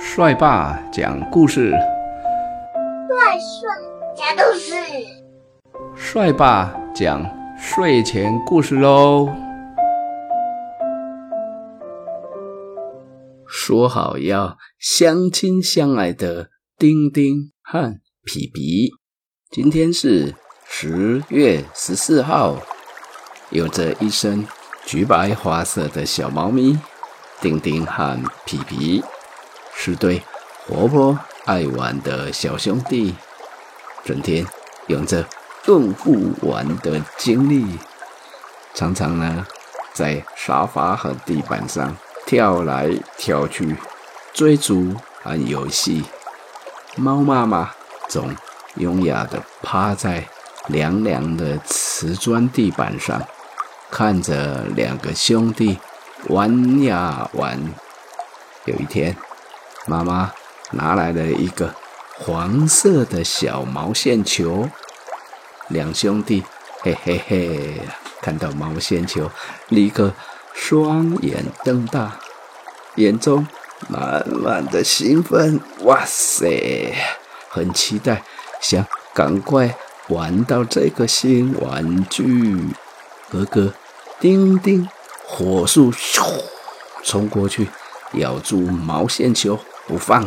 帅爸讲故事， 讲故事， 帅爸讲睡前故事喽。说好要相亲相爱的丁丁和皮皮，今天是10月14号，有着一身橘白花色的小猫咪丁丁和皮皮是对活泼爱玩的小兄弟，整天有着动物玩的经历，常常呢在沙发和地板上跳来跳去，追逐和游戏。猫妈妈总优雅地趴在凉凉的瓷砖地板上，看着两个兄弟玩呀玩。有一天，妈妈拿来了一个黄色的小毛线球，两兄弟嘿嘿嘿，看到毛线球立刻双眼瞪大，眼中满满的兴奋。哇塞，很期待，想赶快玩到这个新玩具。哥哥丁丁火速冲过去，咬住毛线球不放。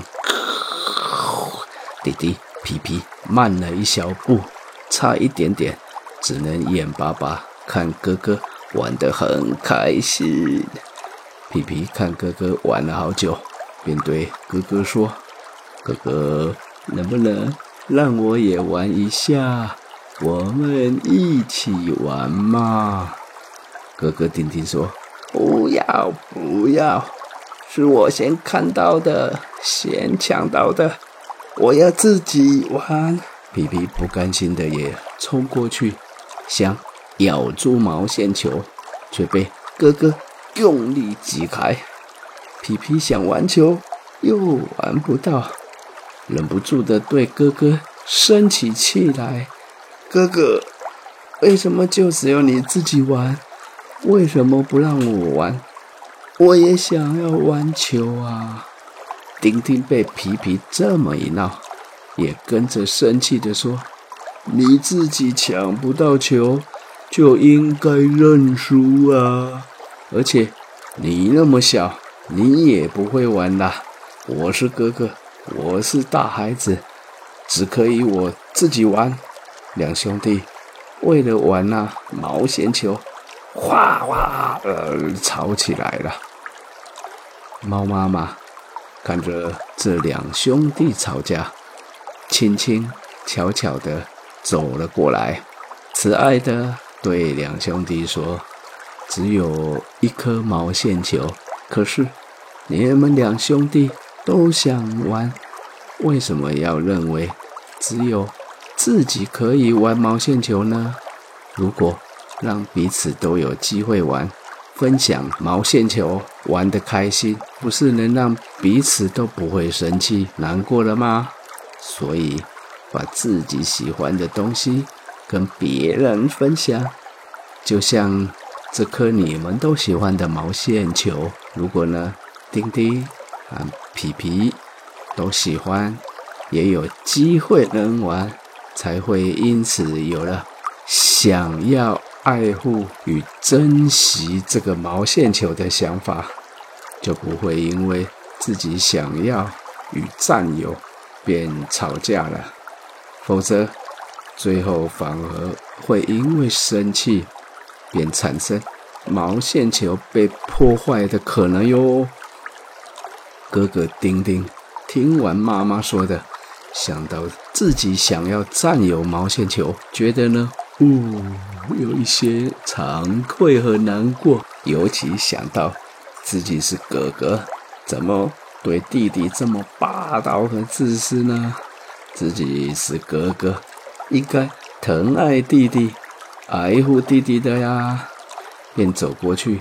弟弟皮皮慢了一小步，差一点点只能眼巴巴看哥哥玩得很开心。皮皮看哥哥玩了好久，便对哥哥说：哥哥，能不能让我也玩一下？我们一起玩嘛。哥哥丁丁说：不要不要，是我先看到的，先抢到的，我要自己玩。皮皮不甘心的也冲过去，想咬住毛线球，却被哥哥用力挤开。皮皮想玩球，又玩不到，忍不住的对哥哥生起气来。哥哥，为什么就只有你自己玩？为什么不让我玩？我也想要玩球啊！丁丁被皮皮这么一闹，也跟着生气地说：你自己抢不到球，就应该认输啊！而且你那么小，你也不会玩啦。我是哥哥，我是大孩子，只可以我自己玩。两兄弟为了玩毛线球，哗哗吵起来了。猫妈妈看着这两兄弟吵架，轻轻巧巧地走了过来，慈爱地对两兄弟说：只有一颗毛线球，可是你们两兄弟都想玩，为什么要认为只有自己可以玩毛线球呢？如果让彼此都有机会玩，分享毛线球，玩得开心，不是能让彼此都不会生气难过了吗？所以把自己喜欢的东西跟别人分享，就像这颗你们都喜欢的毛线球，如果丁丁和皮皮都喜欢，也有机会能玩，才会因此有了想要爱护与珍惜这个毛线球的想法，就不会因为自己想要与占有便吵架了，否则最后反而会因为生气便产生毛线球被破坏的可能哟。哥哥丁丁听完妈妈说的，想到自己想要占有毛线球，觉得有一些惭愧和难过，尤其想到自己是哥哥，怎么对弟弟这么霸道和自私呢？自己是哥哥，应该疼爱弟弟，爱护弟弟的呀。便走过去，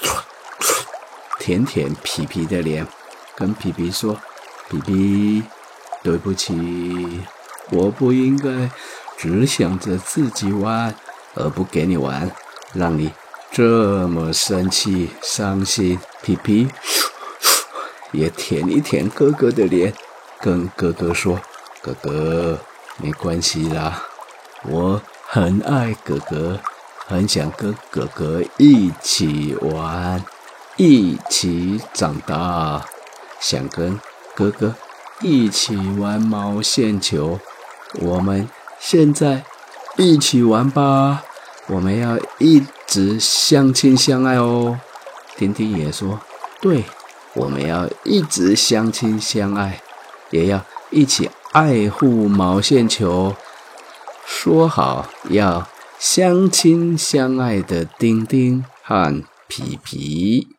舔舔皮皮的脸，跟皮皮说：皮皮，对不起，我不应该只想着自己玩，而不给你玩，让你这么生气伤心。皮皮也舔一舔哥哥的脸，跟哥哥说：“哥哥，没关系啦，我很爱哥哥，很想跟哥哥一起玩，一起长大，想跟哥哥一起玩毛线球。我们现在一起玩吧，我们要一直相亲相爱哦。”丁丁也说：“对，我们要一直相亲相爱，也要一起爱护毛线球。”说好要相亲相爱的丁丁和皮皮。